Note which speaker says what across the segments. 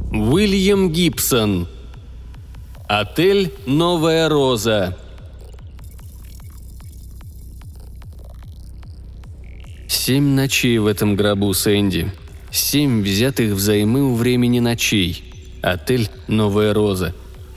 Speaker 1: Уильям Гибсон. Отель «Новая Роза». 7 ночей в этом гробу, Сэнди. 7 взятых взаймы у времени ночей. Отель «Новая Роза».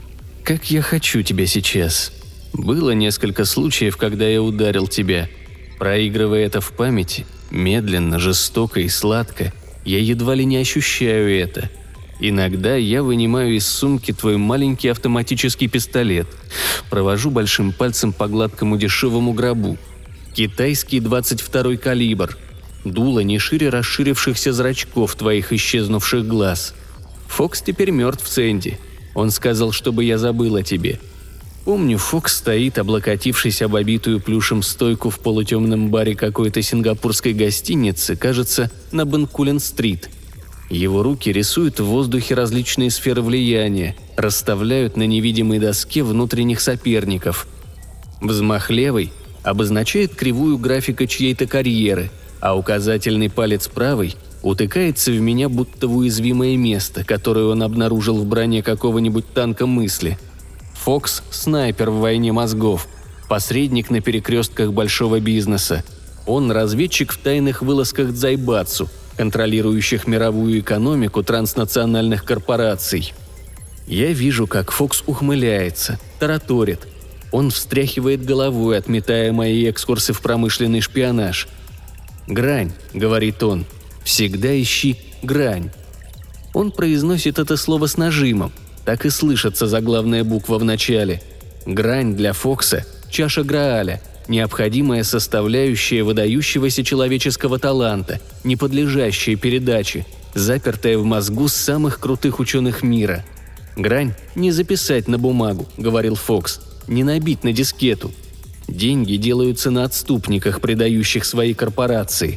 Speaker 1: Как я хочу тебя сейчас. Было несколько случаев, когда я ударил тебя. Проигрывая это в памяти, медленно, жестоко и сладко, я едва ли не ощущаю это. Иногда я вынимаю из сумки твой маленький автоматический пистолет, провожу большим пальцем по гладкому дешевому гробу. Китайский 22-й калибр. Дуло не шире расширившихся зрачков твоих исчезнувших глаз. Фокс теперь мертв, Сэнди. Он сказал, чтобы я забыл о тебе. Помню, Фокс стоит, облокотившись об обитую плюшем стойку в полутемном баре какой-то сингапурской гостиницы, кажется, на Бенкулен-стрит. Его руки рисуют в воздухе различные сферы влияния, расставляют на невидимой доске внутренних соперников. Взмах левой обозначает кривую графика чьей-то карьеры, а указательный палец правой утыкается в меня будто в уязвимое место, которое он обнаружил в броне какого-нибудь танка мысли. Фокс – снайпер в войне мозгов, посредник на перекрестках большого бизнеса. Он – разведчик в тайных вылазках дзайбацу, контролирующих мировую экономику транснациональных корпораций. Я вижу, как Фокс ухмыляется, тараторит. Он встряхивает головой, отметая мои экскурсы в промышленный шпионаж. «Грань», — говорит он, — «всегда ищи грань». Он произносит это слово с нажимом, так и слышится заглавная буква в начале. Грань для Фокса – чаша Грааля, необходимая составляющая выдающегося человеческого таланта, не подлежащая передаче, запертая в мозгу самых крутых ученых мира. «Грань не записать на бумагу», — говорил Фокс, — «не набить на дискету. Деньги делаются на отступниках, предающих свои корпорации».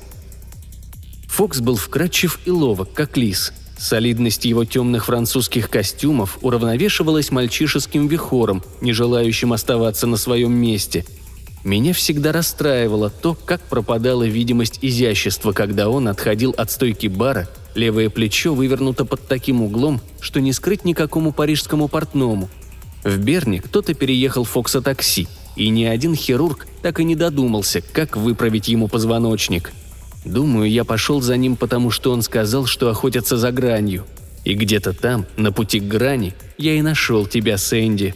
Speaker 1: Фокс был вкрадчив и ловок, как лис. Солидность его темных французских костюмов уравновешивалась мальчишеским вихором, не желающим оставаться на своем месте. Меня всегда расстраивало то, как пропадала видимость изящества, когда он отходил от стойки бара, левое плечо вывернуто под таким углом, что не скрыть никакому парижскому портному. В Берне кто-то переехал Фокса такси, и ни один хирург так и не додумался, как выправить ему позвоночник. Думаю, я пошел за ним, потому что он сказал, что охотятся за гранью. И где-то там, на пути к грани, я и нашел тебя, Сэнди.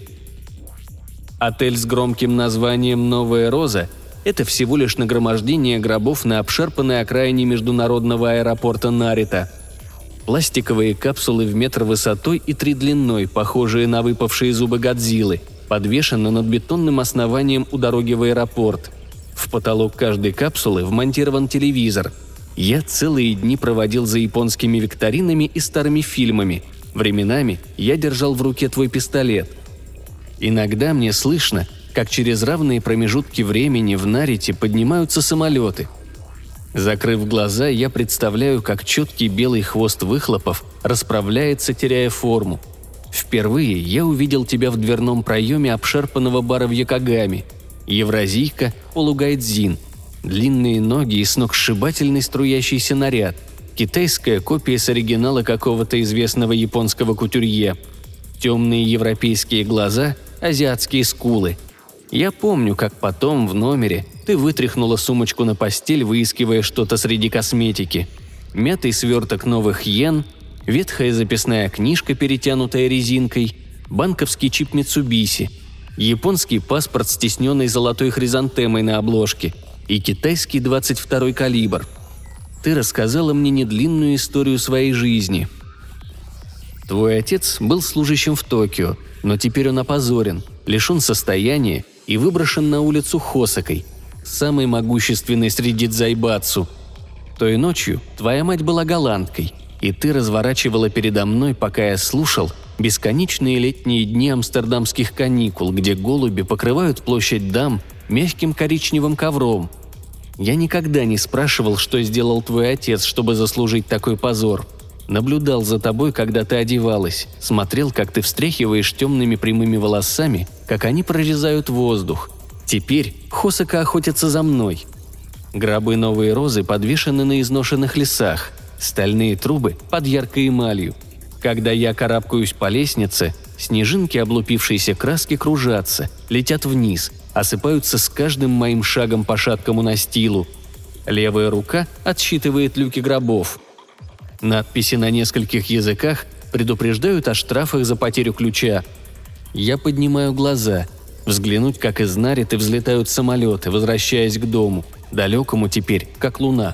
Speaker 1: Отель с громким названием «Новая Роза» – это всего лишь нагромождение гробов на обшарпанной окраине международного аэропорта Нарита. Пластиковые капсулы в метр высотой и 3 длиной, похожие на выпавшие зубы Годзиллы, подвешены над бетонным основанием у дороги в аэропорт. В потолок каждой капсулы вмонтирован телевизор. Я целые дни проводил за японскими викторинами и старыми фильмами. Временами я держал в руке твой пистолет. Иногда мне слышно, как через равные промежутки времени в Нарите поднимаются самолеты. Закрыв глаза, я представляю, как четкий белый хвост выхлопов расправляется, теряя форму. Впервые я увидел тебя в дверном проеме обшарпанного бара в Йокогаме. Евразийка, полугайдзин, длинные ноги и сногсшибательный струящийся наряд, китайская копия с оригинала какого-то известного японского кутюрье, темные европейские глаза, азиатские скулы. Я помню, как потом в номере ты вытряхнула сумочку на постель, выискивая что-то среди косметики. Мятый сверток новых йен, ветхая записная книжка, перетянутая резинкой, банковский чип Митсубиси, японский паспорт с тисненной золотой хризантемой на обложке и китайский 22-й калибр. Ты рассказала мне недлинную историю своей жизни. Твой отец был служащим в Токио, но теперь он опозорен, лишен состояния и выброшен на улицу Хосакой, самой могущественной среди дзайбацу. Той ночью твоя мать была голландкой, и ты разворачивала передо мной, пока я слушал, бесконечные летние дни амстердамских каникул, где голуби покрывают площадь дам мягким коричневым ковром. Я никогда не спрашивал, что сделал твой отец, чтобы заслужить такой позор. Наблюдал за тобой, когда ты одевалась, смотрел, как ты встряхиваешь темными прямыми волосами, как они прорезают воздух. Теперь Хосака охотится за мной. Гробы Новой Розы подвешены на изношенных лесах, стальные трубы под яркой эмалью. Когда я карабкаюсь по лестнице, снежинки облупившейся краски кружатся, летят вниз, осыпаются с каждым моим шагом по шаткому настилу. Левая рука отсчитывает люки гробов. Надписи на нескольких языках предупреждают о штрафах за потерю ключа. Я поднимаю глаза. Взглянуть, как из Нариты взлетают самолеты, возвращаясь к дому, далекому теперь, как луна.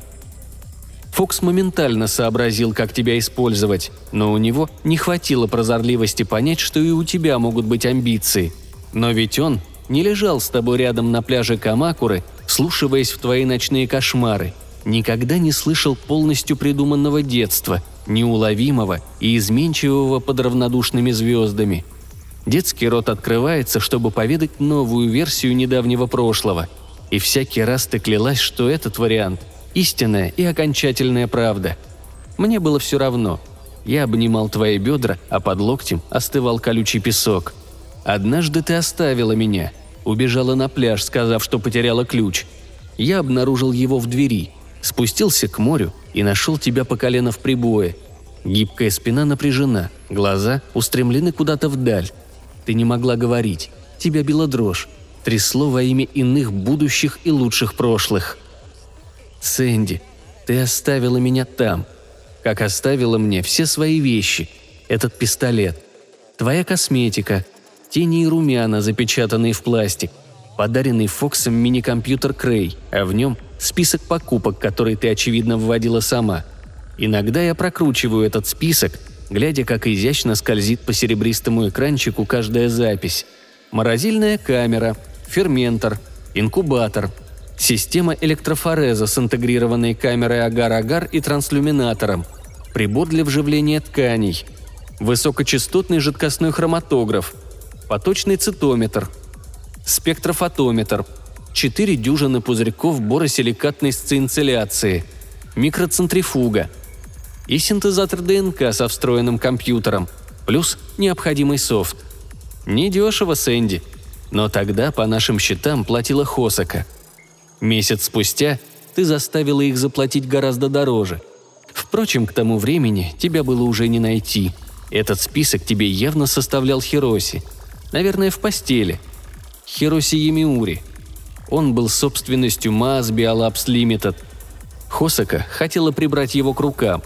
Speaker 1: Фокс моментально сообразил, как тебя использовать, но у него не хватило прозорливости понять, что и у тебя могут быть амбиции. Но ведь он не лежал с тобой рядом на пляже Камакуры, вслушиваясь в твои ночные кошмары, никогда не слышал полностью придуманного детства, неуловимого и изменчивого под равнодушными звездами. Детский рот открывается, чтобы поведать новую версию недавнего прошлого. И всякий раз ты клялась, что этот вариант – истинная и окончательная правда. Мне было все равно. Я обнимал твои бедра, а под локтем остывал колючий песок. Однажды ты оставила меня, убежала на пляж, сказав, что потеряла ключ. Я обнаружил его в двери, спустился к морю и нашел тебя по колено в прибое. Гибкая спина напряжена, глаза устремлены куда-то вдаль. Ты не могла говорить, тебя била дрожь, трясло во имя иных будущих и лучших прошлых. Сэнди, ты оставила меня там, как оставила мне все свои вещи, этот пистолет, твоя косметика, тени и румяна, запечатанные в пластик, подаренный Фоксом мини-компьютер Крей, а в нем список покупок, которые ты, очевидно, вводила сама. Иногда я прокручиваю этот список, глядя, как изящно скользит по серебристому экранчику каждая запись. Морозильная камера, ферментор, инкубатор, система электрофореза с интегрированной камерой агар-агар и транслюминатором, прибор для вживления тканей, высокочастотный жидкостной хроматограф, поточный цитометр, спектрофотометр, 4 дюжины пузырьков боросиликатной сцинцилляции, микроцентрифуга и синтезатор ДНК со встроенным компьютером, плюс необходимый софт. Недешево, Сэнди, но тогда по нашим счетам платила Хосака. Месяц спустя ты заставила их заплатить гораздо дороже. Впрочем, к тому времени тебя было уже не найти. Этот список тебе явно составлял Хироси. Наверное, в постели. Хироси Ямиури. Он был собственностью Maas Biolabs Limited. Хосака хотела прибрать его к рукам.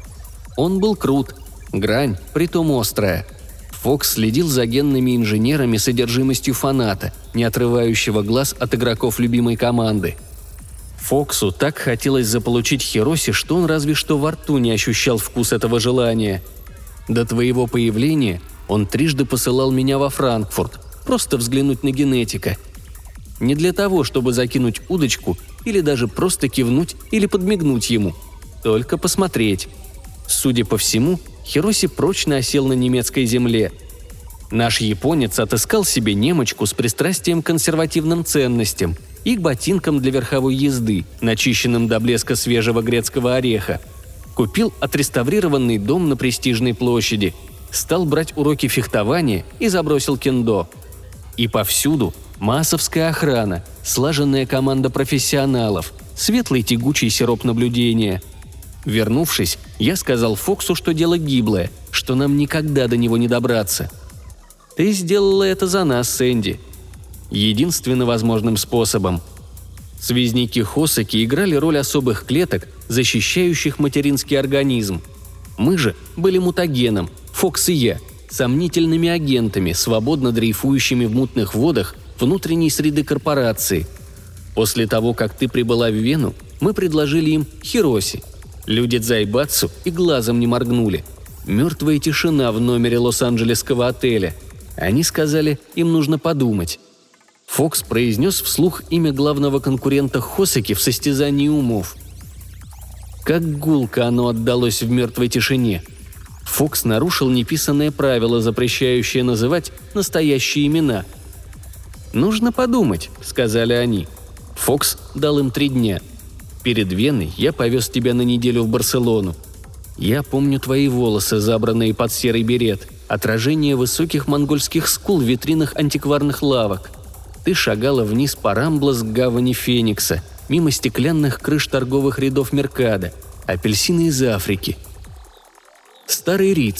Speaker 1: Он был крут, грань, притом острая. Фокс следил за генными инженерами с одержимостью фаната, не отрывающего глаз от игроков любимой команды. Фоксу так хотелось заполучить Хироси, что он разве что во рту не ощущал вкус этого желания. До твоего появления он трижды посылал меня во Франкфурт, просто взглянуть на генетика. Не для того, чтобы закинуть удочку или даже просто кивнуть или подмигнуть ему. Только посмотреть. Судя по всему, Хироси прочно осел на немецкой земле. Наш японец отыскал себе немочку с пристрастием к консервативным ценностям и к ботинкам для верховой езды, начищенным до блеска свежего грецкого ореха. Купил отреставрированный дом на престижной площади, стал брать уроки фехтования и забросил кендо. И повсюду массовская охрана, слаженная команда профессионалов, светлый тягучий сироп наблюдения. Вернувшись, я сказал Фоксу, что дело гиблое, что нам никогда до него не добраться. Ты сделала это за нас, Сэнди. Единственно возможным способом. Связники Хосаки играли роль особых клеток, защищающих материнский организм. Мы же были мутагеном, Фокс и я, сомнительными агентами, свободно дрейфующими в мутных водах внутренней среды корпорации. После того, как ты прибыла в Вену, мы предложили им Хироси. Люди Дзайбацу и глазом не моргнули. Мертвая тишина в номере лос-анджелесского отеля. Они сказали, им нужно подумать. Фокс произнес вслух имя главного конкурента Хосаки в состязании умов. Как гулко оно отдалось в мертвой тишине. Фокс нарушил неписанное правило, запрещающее называть настоящие имена. «Нужно подумать», — сказали они. Фокс дал им 3 дня. Перед Веной я повез тебя на неделю в Барселону. Я помню твои волосы, забранные под серый берет, отражение высоких монгольских скул в витринах антикварных лавок. Ты шагала вниз по Рамблас к гавани Феникса, мимо стеклянных крыш торговых рядов Меркадо, апельсины из Африки. Старый Риц,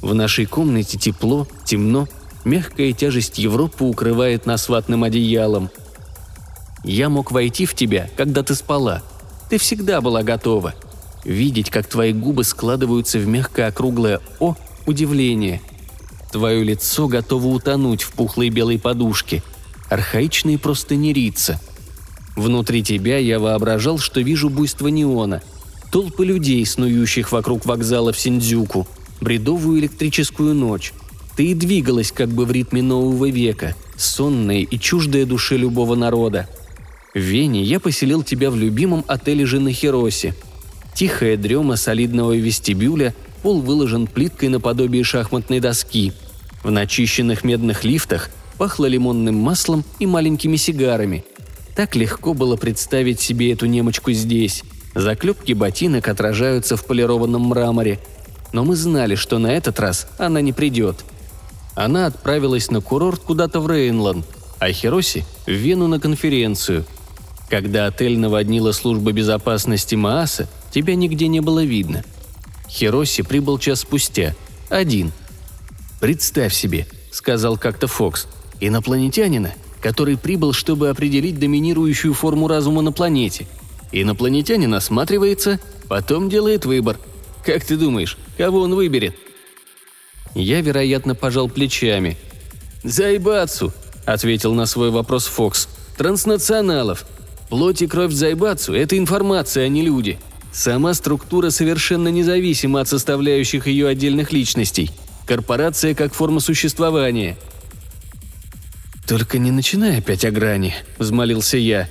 Speaker 1: В нашей комнате тепло, темно, мягкая тяжесть Европы укрывает нас ватным одеялом. Я мог войти в тебя, когда ты спала. Ты всегда была готова. Видеть, как твои губы складываются в мягкое округлое «О» – удивление. Твое лицо готово утонуть в пухлой белой подушке. Архаичные простыни рица. Внутри тебя я воображал, что вижу буйство неона, толпы людей, снующих вокруг вокзала в Синдзюку, бредовую электрическую ночь. Ты и двигалась как бы в ритме нового века, сонная и чуждая душе любого народа. В Вене я поселил тебя в любимом отеле жены Хироси. Тихая дрема солидного вестибюля, пол выложен плиткой наподобие шахматной доски. В начищенных медных лифтах пахло лимонным маслом и маленькими сигарами. Так легко было представить себе эту немочку здесь. Заклепки ботинок отражаются в полированном мраморе. Но мы знали, что на этот раз она не придет. Она отправилась на курорт куда-то в Рейнланд, а Хироси – в Вену на конференцию. Когда отель наводнила служба безопасности Мааса, тебя нигде не было видно. Хироси прибыл час спустя. Один. «Представь себе», – сказал как-то Фокс, – «инопланетянина, который прибыл, чтобы определить доминирующую форму разума на планете. Инопланетянин осматривается, потом делает выбор. Как ты думаешь, кого он выберет?» Я, вероятно, пожал плечами. «Зайбацу», – ответил на свой вопрос Фокс. «Транснационалов. Плоть и кровь Зайбацу – это информация, а не люди. Сама структура совершенно независима от составляющих ее отдельных личностей. Корпорация как форма существования». «Только не начинай опять о грани», – взмолился я.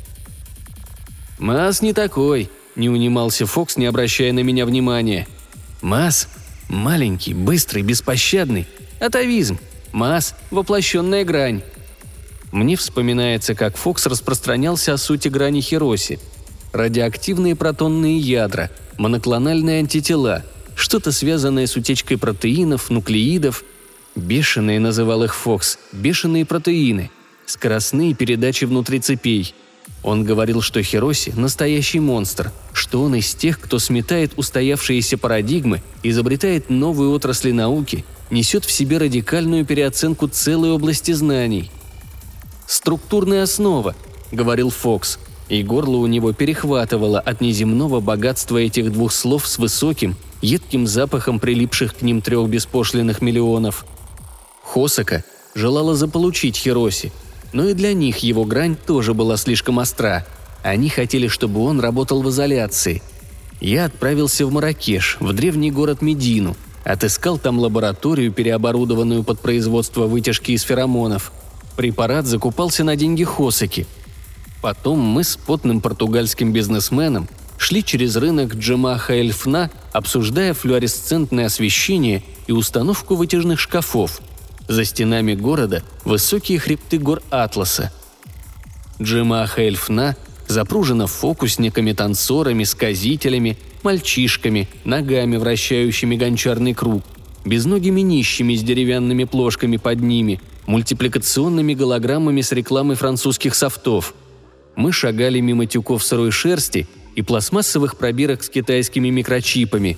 Speaker 1: «Маас не такой», – не унимался Фокс, не обращая на меня внимания. «Маас – маленький, быстрый, беспощадный. Атовизм. Маас – воплощенная грань». Мне вспоминается, как Фокс распространялся о сути грани Хироси. Радиоактивные протонные ядра, моноклональные антитела, что-то связанное с утечкой протеинов, нуклеидов. Бешеные, называл их Фокс, бешеные протеины, скоростные передачи внутри цепей. Он говорил, что Хироси – настоящий монстр, что он из тех, кто сметает устоявшиеся парадигмы, изобретает новые отрасли науки, несет в себе радикальную переоценку целой области знаний. «Структурная основа», – говорил Фокс, и горло у него перехватывало от неземного богатства этих двух слов с высоким, едким запахом прилипших к ним 3 беспошлинных миллионов. Хосака желала заполучить Хироси, но и для них его грань тоже была слишком остра. Они хотели, чтобы он работал в изоляции. Я отправился в Марракеш, в древний город Медину, отыскал там лабораторию, переоборудованную под производство вытяжки из феромонов. Препарат закупался на деньги Хосаки. Потом мы с потным португальским бизнесменом шли через рынок Джемаха-эль-Фна, обсуждая флуоресцентное освещение и установку вытяжных шкафов. За стенами города высокие хребты гор Атласа. Джемаха-эль-Фна запружена фокусниками, танцорами, сказителями, мальчишками, ногами, вращающими гончарный круг, безногими нищими с деревянными плошками под ними, мультипликационными голограммами с рекламой французских софтов. Мы шагали мимо тюков сырой шерсти и пластмассовых пробирок с китайскими микрочипами.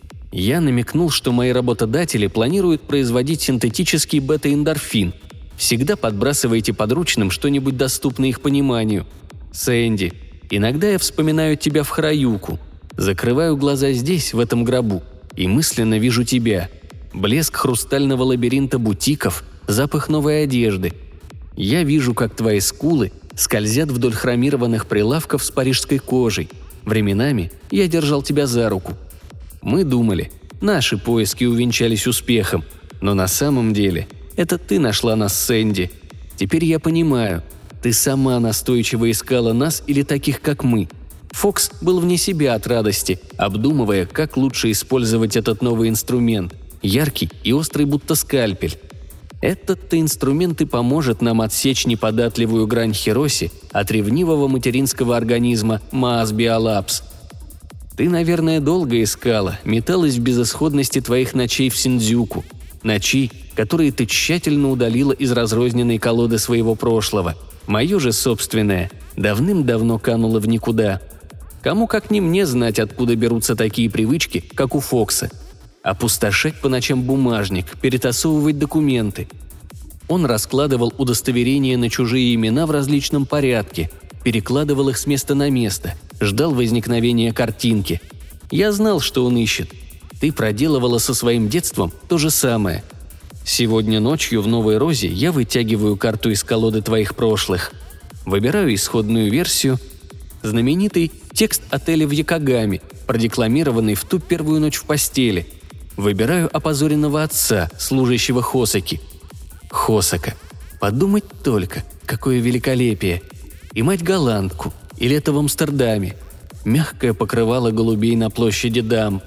Speaker 1: Я намекнул, что мои работодатели планируют производить синтетический бета-эндорфин. Всегда подбрасывайте подручным что-нибудь доступное их пониманию. Сэнди, иногда я вспоминаю тебя в Хараюку. Закрываю глаза здесь, в этом гробу, и мысленно вижу тебя. Блеск хрустального лабиринта бутиков, запах новой одежды. Я вижу, как твои скулы скользят вдоль хромированных прилавков с парижской кожей. Временами я держал тебя за руку. Мы думали, наши поиски увенчались успехом, но на самом деле это ты нашла нас с Сэнди. Теперь я понимаю, ты сама настойчиво искала нас или таких, как мы. Фокс был вне себя от радости, обдумывая, как лучше использовать этот новый инструмент, яркий и острый, будто скальпель. Этот-то инструмент и поможет нам отсечь неподатливую грань Хироси от ревнивого материнского организма Маас Биолабс. Ты, наверное, долго искала, металась в безысходности твоих ночей в Синдзюку. Ночей, которые ты тщательно удалила из разрозненной колоды своего прошлого. Мое же собственное давным-давно кануло в никуда. Кому как не мне знать, откуда берутся такие привычки, как у Фокса. опустошать по ночам бумажник, перетасовывать документы. Он раскладывал удостоверения на чужие имена в различном порядке, перекладывал их с места на место, ждал возникновения картинки. Я знал, что он ищет. Ты проделывала со своим детством то же самое. Сегодня ночью в Новой Розе я вытягиваю карту из колоды твоих прошлых. Выбираю исходную версию. Знаменитый текст отеля в Якогаме, продекламированный в ту первую ночь в постели. Выбираю опозоренного отца, служащего Хосаки. Хосака. Подумать только, какое великолепие. И мать-голландку, и лето в Амстердаме. Мягкое покрывало голубей на площади Дам.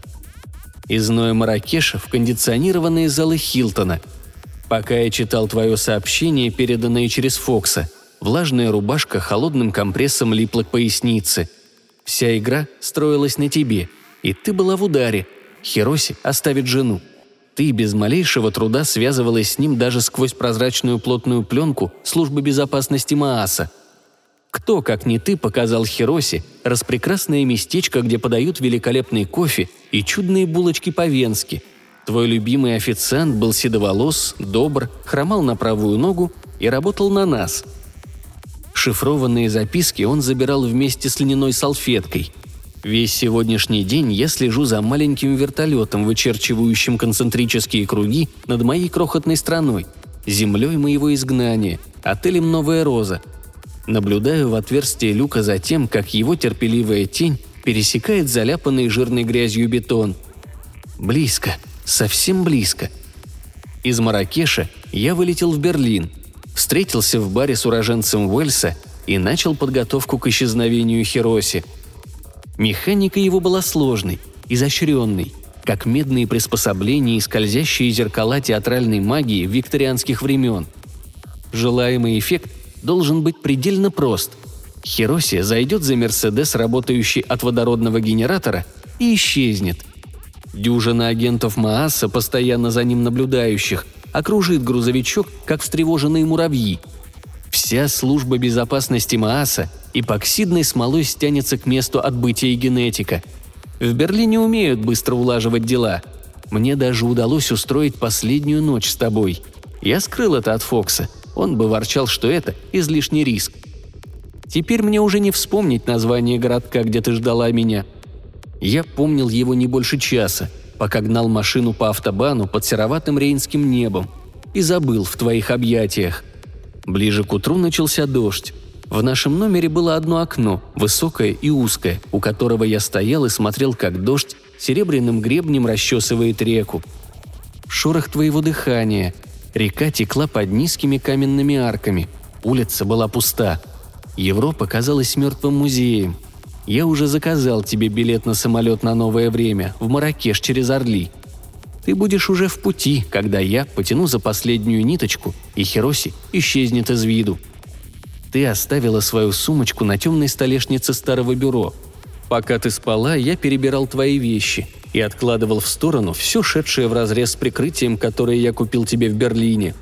Speaker 1: Из зноя Марракеша в кондиционированные залы Хилтона. Пока я читал твое сообщение, переданное через Фокса, влажная рубашка холодным компрессом липла к пояснице. Вся игра строилась на тебе, и ты была в ударе. Хироси оставит жену. Ты без малейшего труда связывалась с ним даже сквозь прозрачную плотную пленку службы безопасности Мааса. Кто, как не ты, показал Хироси распрекрасное местечко, где подают великолепный кофе и чудные булочки по-венски. Твой любимый официант был седоволос, добр, хромал на правую ногу и работал на нас. Шифрованные записки он забирал вместе с льняной салфеткой. Весь сегодняшний день я слежу за маленьким вертолетом, вычерчивающим концентрические круги над моей крохотной страной, землей моего изгнания, отелем «Новая Роза». Наблюдаю в отверстие люка за тем, как его терпеливая тень пересекает заляпанный жирной грязью бетон. Близко, совсем близко. Из Марракеша я вылетел в Берлин, встретился в баре с уроженцем Уэльса и начал подготовку к исчезновению Хироси. Механика его была сложной, изощренной, как медные приспособления и скользящие зеркала театральной магии викторианских времен. Желаемый эффект должен быть предельно прост. Хироси зайдет за Мерседес, работающий от водородного генератора, и исчезнет. Дюжина агентов Мааса, постоянно за ним наблюдающих, окружит грузовичок, как встревоженные муравьи. Вся служба безопасности Мааса эпоксидной смолой стянется к месту отбытия генетика. В Берлине умеют быстро улаживать дела. Мне даже удалось устроить последнюю ночь с тобой. Я скрыл это от Фокса. Он бы ворчал, что это излишний риск. Теперь мне уже не вспомнить название городка, где ты ждала меня. Я помнил его не больше часа, пока гнал машину по автобану под сероватым рейнским небом, и забыл в твоих объятиях. Ближе к утру начался дождь. В нашем номере было одно окно, высокое и узкое, у которого я стоял и смотрел, как дождь серебряным гребнем расчесывает реку. Шорох твоего дыхания. Река текла под низкими каменными арками. Улица была пуста. Европа казалась мертвым музеем. Я уже заказал тебе билет на самолет на новое время, в Марракеш через Орли. Ты будешь уже в пути, когда я потяну за последнюю ниточку, и Хироси исчезнет из виду. Ты оставила свою сумочку на темной столешнице старого бюро. Пока ты спала, я перебирал твои вещи и откладывал в сторону все шедшее вразрез с прикрытием, которое я купил тебе в Берлине.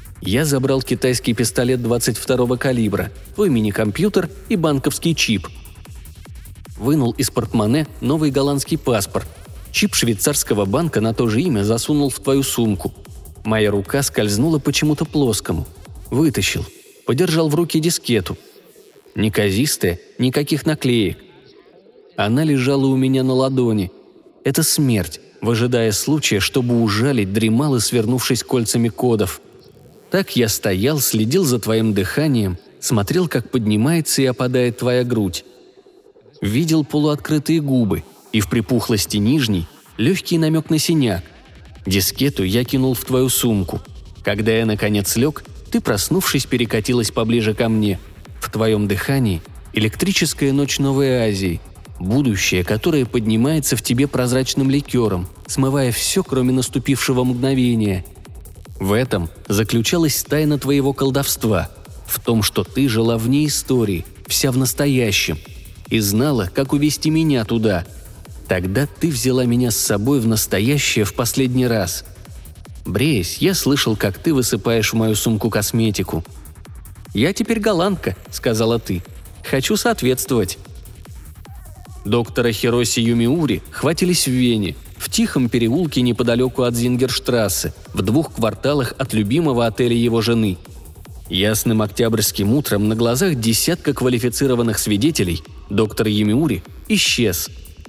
Speaker 1: Я забрал китайский пистолет 22-го калибра, твой мини-компьютер и банковский чип. Вынул из портмоне новый голландский паспорт. Чип швейцарского банка на то же имя засунул в твою сумку. Моя рука скользнула почему-то плоскому. Вытащил. Подержал в руке дискету. Неказистая, никаких наклеек. Она лежала у меня на ладони. Это смерть, выжидая случая, чтобы ужалить, дремала, свернувшись кольцами кодов. Так я стоял, следил за твоим дыханием, смотрел, как поднимается и опадает твоя грудь. Видел полуоткрытые губы и в припухлости нижней легкий намек на синяк. Дискету я кинул в твою сумку. Когда я, наконец, лег, ты, проснувшись, перекатилась поближе ко мне. В твоем дыхании электрическая ночь Новой Азии, будущее, которое поднимается в тебе прозрачным ликером, смывая все, кроме наступившего мгновения. В этом заключалась тайна твоего колдовства, в том, что ты жила вне истории, вся в настоящем, и знала, как увести меня туда. Тогда ты взяла меня с собой в настоящее в последний раз. Бреясь, я слышал, как ты высыпаешь в мою сумку косметику. «Я теперь голландка», — сказала ты. «Хочу соответствовать». Доктора Хироси Юмиури хватились в Вене, в тихом переулке неподалеку от Зингерштрассе, в 2 кварталах от любимого отеля его жены. Ясным октябрьским утром на глазах десятка квалифицированных свидетелей доктор Емиури исчез.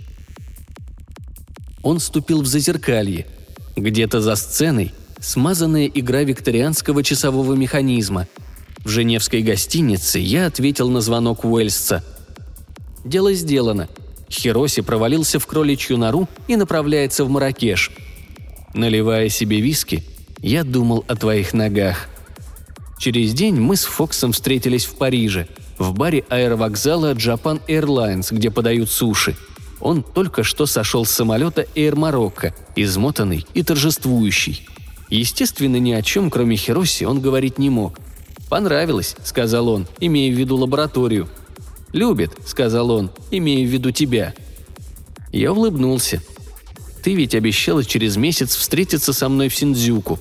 Speaker 1: Он ступил в зазеркалье. Где-то за сценой смазанная игра викторианского часового механизма. В женевской гостинице я ответил на звонок Уэльсца. Дело сделано. Хироси провалился в кроличью нору и направляется в Марракеш. Наливая себе виски, я думал о твоих ногах. Через день мы с Фоксом встретились в Париже, в баре аэровокзала Japan Airlines, где подают суши. Он только что сошел с самолета Air Morocco, измотанный и торжествующий. Естественно, ни о чем, кроме Хироси, он говорить не мог. «Понравилось», — сказал он, имея в виду лабораторию. «Любит», — сказал он, имея в виду тебя. Я улыбнулся. «Ты ведь обещала через месяц встретиться со мной в Синдзюку».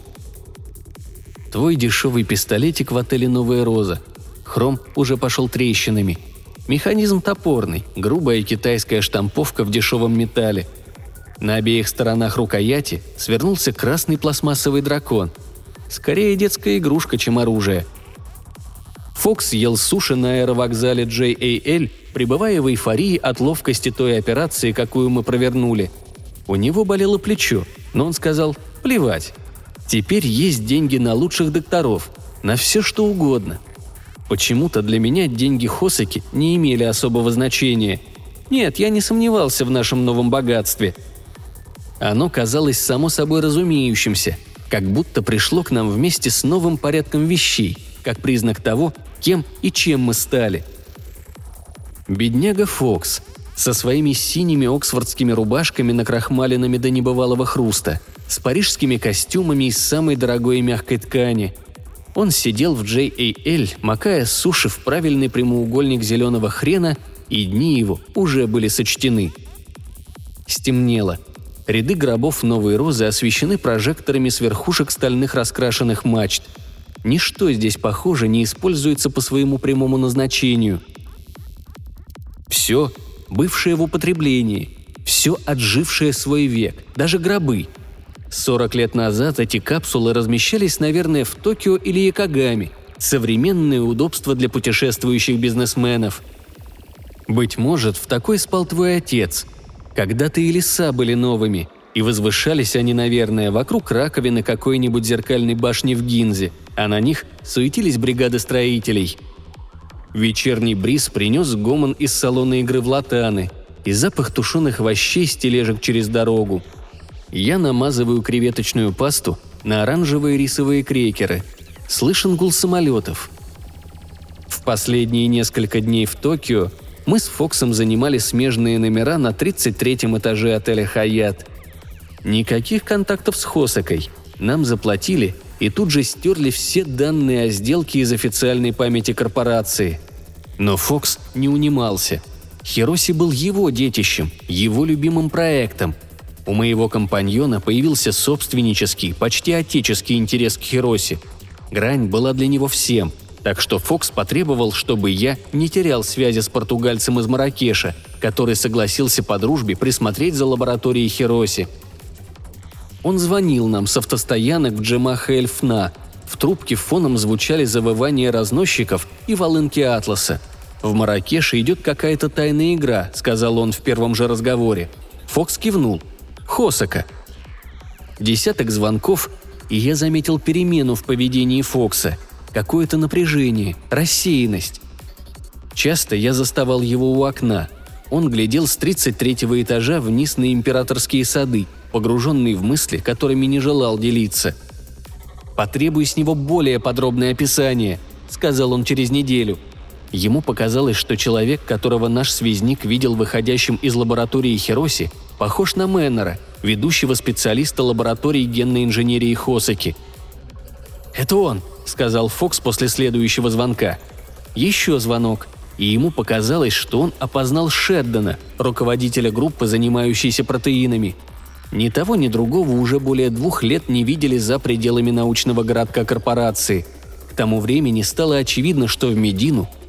Speaker 1: Твой дешевый пистолетик в отеле «Новая Роза». Хром уже пошел трещинами. Механизм топорный, грубая китайская штамповка в дешевом металле. На обеих сторонах рукояти свернулся красный пластмассовый дракон. Скорее детская игрушка, чем оружие. Фокс ел суши на аэровокзале JAL, пребывая в эйфории от ловкости той операции, какую мы провернули. У него болело плечо, но он сказал «плевать». Теперь есть деньги на лучших докторов, на все что угодно. Почему-то для меня деньги Хосаки не имели особого значения. Нет, я не сомневался в нашем новом богатстве. Оно казалось само собой разумеющимся, как будто пришло к нам вместе с новым порядком вещей, как признак того, кем и чем мы стали. Бедняга Фокс со своими синими оксфордскими рубашками, накрахмаленными до небывалого хруста, с парижскими костюмами из самой дорогой и мягкой ткани. Он сидел в JAL, макая суши в правильный прямоугольник зеленого хрена, и дни его уже были сочтены. Стемнело. Ряды гробов Новой Розы освещены прожекторами с верхушек стальных раскрашенных мачт. Ничто здесь, похоже, не используется по своему прямому назначению. Все, бывшее в употреблении, все отжившее свой век, даже гробы. 40 лет назад эти капсулы размещались, наверное, в Токио или Йокогаме. Современные удобства для путешествующих бизнесменов. Быть может, в такой спал твой отец. Когда-то и леса были новыми, и возвышались они, наверное, вокруг раковины какой-нибудь зеркальной башни в Гинзе, а на них суетились бригады строителей. Вечерний бриз принес гомон из салона игры в лотаны и запах тушеных овощей с тележек через дорогу. Я намазываю креветочную пасту на оранжевые рисовые крекеры. Слышен гул самолетов. В последние несколько дней в Токио мы с Фоксом занимали смежные номера на 33-м этаже отеля «Хаят». Никаких контактов с Хосакой. Нам заплатили и тут же стерли все данные о сделке из официальной памяти корпорации. Но Фокс не унимался. Хироси был его детищем, его любимым проектом. У моего компаньона появился собственнический, почти отеческий интерес к Хироси. Грань была для него всем, так что Фокс потребовал, чтобы я не терял связи с португальцем из Марракеша, который согласился по дружбе присмотреть за лабораторией Хироси. Он звонил нам с автостоянок в Джемаха-эль-Фна. В трубке фоном звучали завывания разносчиков и волынки Атласа. «В Марракеше идет какая-то тайная игра», — сказал он в первом же разговоре. Фокс кивнул. «Хосака». Десяток звонков, и я заметил перемену в поведении Фокса. Какое-то напряжение, рассеянность. Часто я заставал его у окна. Он глядел с 33-го этажа вниз на Императорские сады, погруженный в мысли, которыми не желал делиться. «Потребуй с него более подробное описание», — сказал он через неделю. Ему показалось, что человек, которого наш связник видел выходящим из лаборатории Хироси, похож на Мэннера, ведущего специалиста лаборатории генной инженерии Хосаки. «Это он», — сказал Фокс после следующего звонка. Еще звонок, и ему показалось, что он опознал Шеддона, руководителя группы, занимающейся протеинами. Ни того, ни другого уже более 2 лет не видели за пределами научного городка корпорации. К тому времени стало очевидно, что в Медину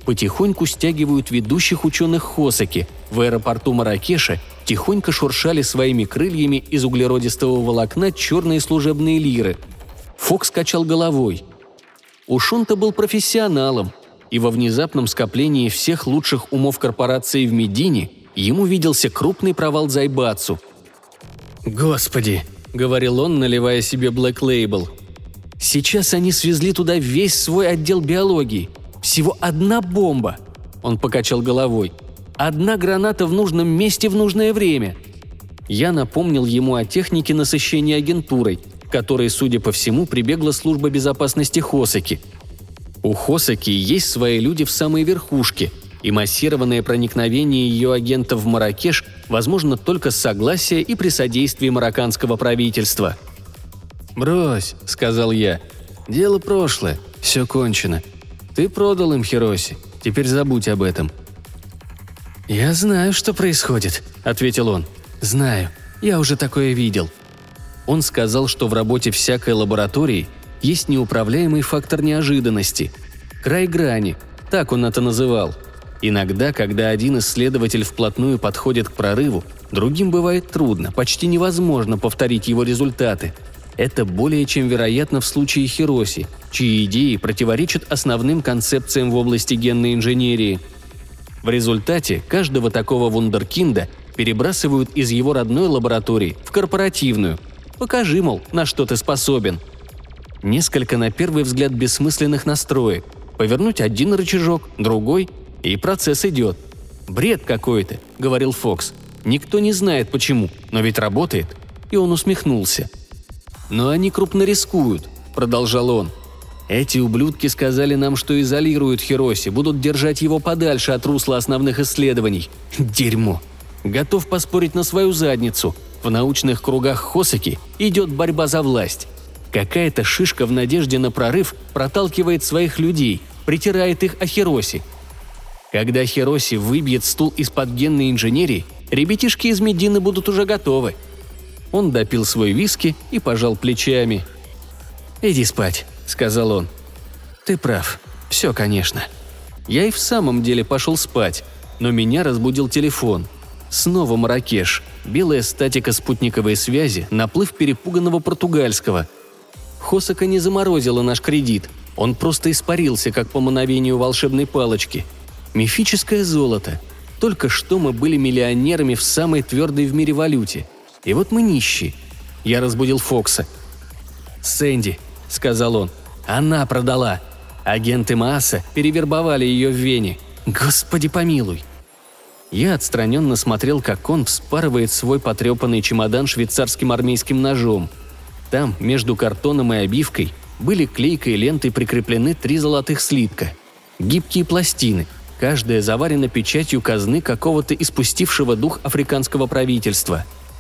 Speaker 1: потихоньку стягивают ведущих ученых Хосаки. В аэропорту Марракеша тихонько шуршали своими крыльями из углеродистого волокна черные служебные лиры. Фокс качал головой. Уж он-то был профессионалом, и во внезапном скоплении всех лучших умов корпорации в Медине ему виделся крупный провал Зайбацу. «Господи!» – говорил он, наливая себе Black Label. «Сейчас они свезли туда весь свой отдел биологии. Всего одна бомба!» Он покачал головой. «Одна граната в нужном месте в нужное время!» Я напомнил ему о технике насыщения агентурой, к которой, судя по всему, прибегла служба безопасности Хосаки. У Хосаки есть свои люди в самой верхушке, и массированное проникновение ее агентов в Марракеш возможно только с согласия и при содействии марокканского правительства. «Брось», — сказал я, — «дело прошлое, все кончено. Ты продал им Хироси, теперь забудь об этом». «Я знаю, что происходит», — ответил он. «Знаю, я уже такое видел». Он сказал, что в работе всякой лаборатории есть неуправляемый фактор неожиданности. Край грани, так он это называл. Иногда, когда один исследователь вплотную подходит к прорыву, другим бывает трудно, почти невозможно повторить его результаты. Это более чем вероятно в случае Хироси, чьи идеи противоречат основным концепциям в области генной инженерии. В результате каждого такого вундеркинда перебрасывают из его родной лаборатории в корпоративную. Покажи, мол, на что ты способен. Несколько на первый взгляд бессмысленных настроек. Повернуть один рычажок, другой, и процесс идет. «Бред какой-то», — говорил Фокс. «Никто не знает почему, но ведь работает». И он усмехнулся. «Но они крупно рискуют», — продолжал он. «Эти ублюдки сказали нам, что изолируют Хироси, будут держать его подальше от русла основных исследований. Дерьмо. Готов поспорить на свою задницу. В научных кругах Хосаки идет борьба за власть. Какая-то шишка в надежде на прорыв проталкивает своих людей, притирает их о Хироси. Когда Хироси выбьет стул из-под генной инженерии, ребятишки из Медины будут уже готовы». Он допил свой виски и пожал плечами. «Иди спать», — сказал он. «Ты прав. Все, конечно». Я и в самом деле пошел спать, но меня разбудил телефон. Снова Марракеш, белая статика спутниковой связи, наплыв перепуганного португальского. Хосака не заморозила наш кредит, он просто испарился, как по мановению волшебной палочки. Мифическое золото. Только что мы были миллионерами в самой твердой в мире валюте. И вот мы нищие. Я разбудил Фокса. «Сэнди», — сказал он, — «она продала. Агенты Мааса перевербовали ее в Вене. Господи помилуй». Я отстраненно смотрел, как он вспарывает свой потрепанный чемодан швейцарским армейским ножом. Там, между картоном и обивкой, были клейкой лентой прикреплены 3 золотых слитка. Гибкие пластины, каждая заварена печатью казны какого-то испустившего дух африканского правительства.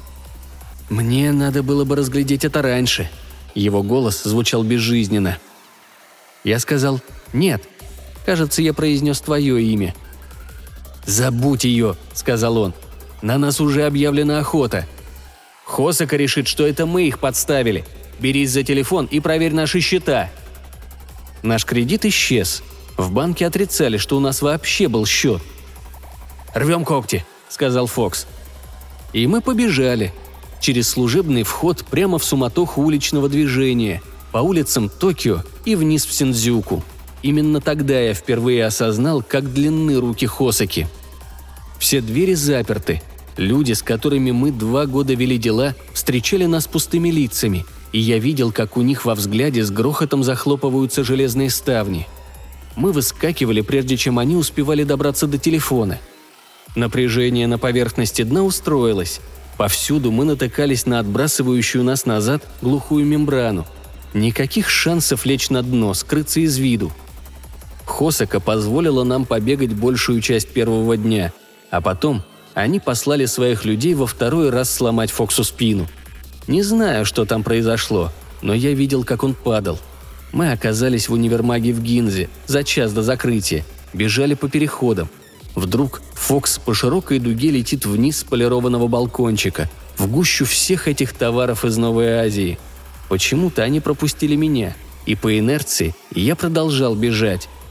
Speaker 1: «Мне надо было бы разглядеть это раньше». Его голос звучал безжизненно. Я сказал «нет». Кажется, я произнес твое имя. «Забудь ее», — сказал он. «На нас уже объявлена охота. Хосака решит, что это мы их подставили. Берись за телефон и проверь наши счета». Наш кредит исчез. В банке отрицали, что у нас вообще был счет. «Рвем когти», — сказал Фокс. И мы побежали. Через служебный вход прямо в суматоху уличного движения, по улицам Токио и вниз в Синдзюку. Именно тогда я впервые осознал, как длинны руки Хосаки. Все двери заперты. Люди, с которыми мы 2 года вели дела, встречали нас пустыми лицами, и я видел, как у них во взгляде с грохотом захлопываются железные ставни. Мы выскакивали, прежде чем они успевали добраться до телефона. Напряжение на поверхности дна устроилось. Повсюду мы натыкались на отбрасывающую нас назад глухую мембрану. Никаких шансов лечь на дно, скрыться из виду. Хосака позволила нам побегать большую часть первого дня, а потом они послали своих людей во 2-й раз сломать Фоксу спину. Не знаю, что там произошло, но я видел, как он падал. Мы оказались в универмаге в Гинзе за час до закрытия, бежали по переходам. Вдруг Фокс по широкой дуге летит вниз с полированного балкончика, в гущу всех этих товаров из Новой Азии. Почему-то они пропустили меня, и по инерции я продолжал бежать.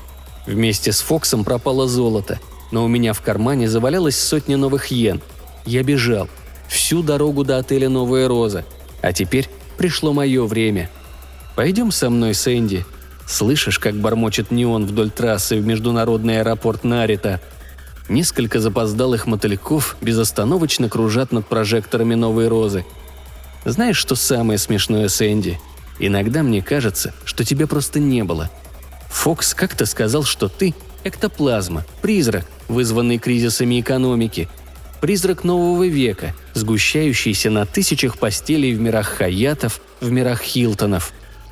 Speaker 1: Вместе с Фоксом пропало золото, но у меня в кармане завалялась 100 новых йен. Я бежал. Всю дорогу до отеля «Новая Роза». А теперь пришло мое время. Пойдем со мной, Сэнди. Слышишь, как бормочет неон вдоль трассы в международный аэропорт Нарита? Несколько запоздалых мотыльков безостановочно кружат над прожекторами «Новой Розы». Знаешь, что самое смешное, Сэнди? Иногда мне кажется, что тебя просто не было. Фокс как-то сказал, что ты – эктоплазма, призрак, вызванный кризисами экономики, призрак нового века, сгущающийся на тысячах постелей в мирах Хаятов, в мирах Хилтонов.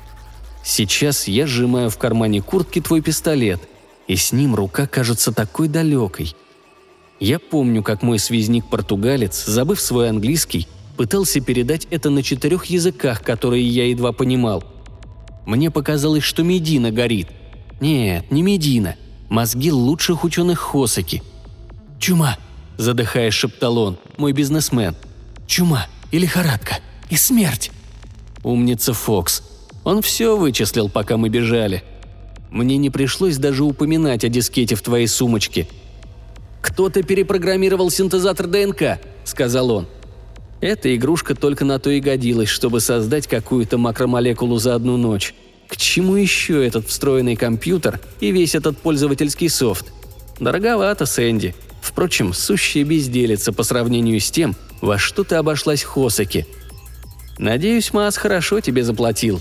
Speaker 1: Сейчас я сжимаю в кармане куртки твой пистолет, и с ним рука кажется такой далекой. Я помню, как мой связник-португалец, забыв свой английский, пытался передать это на 4 языках, которые я едва понимал. Мне показалось, что Медина горит. Нет, не Медина. Мозги лучших ученых Хосаки. «Чума!» – задыхаясь, шептал он, мой бизнесмен. «Чума и лихорадка, и смерть!» Умница Фокс. Он все вычислил, пока мы бежали. Мне не пришлось даже упоминать о дискете в твоей сумочке. «Кто-то перепрограммировал синтезатор ДНК», – сказал он. Эта игрушка только на то и годилась, чтобы создать какую-то макромолекулу за одну ночь. К чему еще этот встроенный компьютер и весь этот пользовательский софт? Дороговато, Сэнди. Впрочем, сущая безделица по сравнению с тем, во что ты обошлась Хосаки. Надеюсь, Маас хорошо тебе заплатил.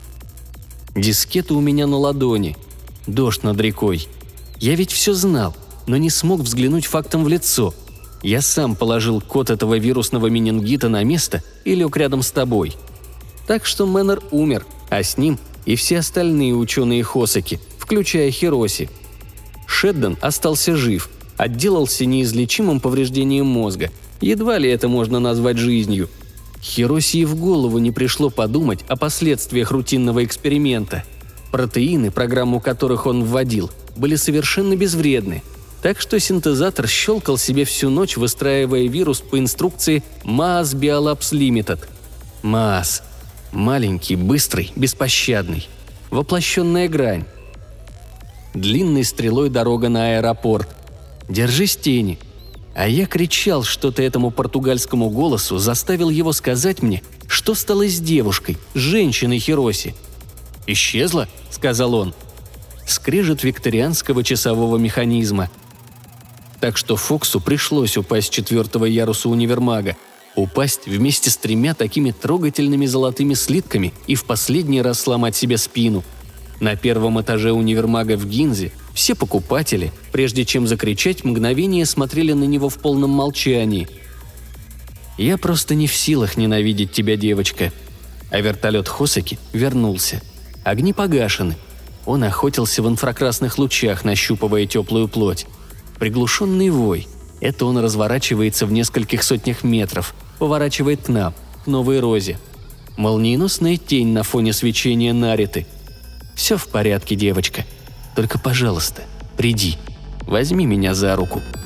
Speaker 1: Дискета у меня на ладони. Дождь над рекой. Я ведь все знал, но не смог взглянуть фактом в лицо. Я сам положил код этого вирусного менингита на место и лег рядом с тобой. Так что Мэннер умер, а с ним и все остальные ученые Хосаки, включая Хироси. Шеддон остался жив, отделался неизлечимым повреждением мозга. Едва ли это можно назвать жизнью. Хироси и в голову не пришло подумать о последствиях рутинного эксперимента. Протеины, программу которых он вводил, были совершенно безвредны. Так что синтезатор щелкал себе всю ночь, выстраивая вирус по инструкции Maas Biolabs Limited. Maas. Маленький, быстрый, беспощадный. Воплощенная грань. Длинной стрелой дорога на аэропорт. Держись тени. А я кричал что-то этому португальскому голосу, заставил его сказать мне, что стало с девушкой, женщиной Хироси. «Исчезла?» – сказал он. Скрежет викторианского часового механизма. Так что Фоксу пришлось упасть с 4-го яруса универмага, упасть вместе с 3 такими трогательными золотыми слитками и в последний раз сломать себе спину. На 1-м этаже универмага в Гинзе все покупатели, прежде чем закричать, мгновение смотрели на него в полном молчании. «Я просто не в силах ненавидеть тебя, девочка». А вертолет Хосаки вернулся. Огни погашены. Он охотился в инфракрасных лучах, нащупывая теплую плоть. Приглушенный вой. Это он разворачивается в нескольких сотнях метров, поворачивает к нам, к Новой Розе. Молниеносная тень на фоне свечения Нариты. «Все в порядке, девочка. Только, пожалуйста, приди. Возьми меня за руку».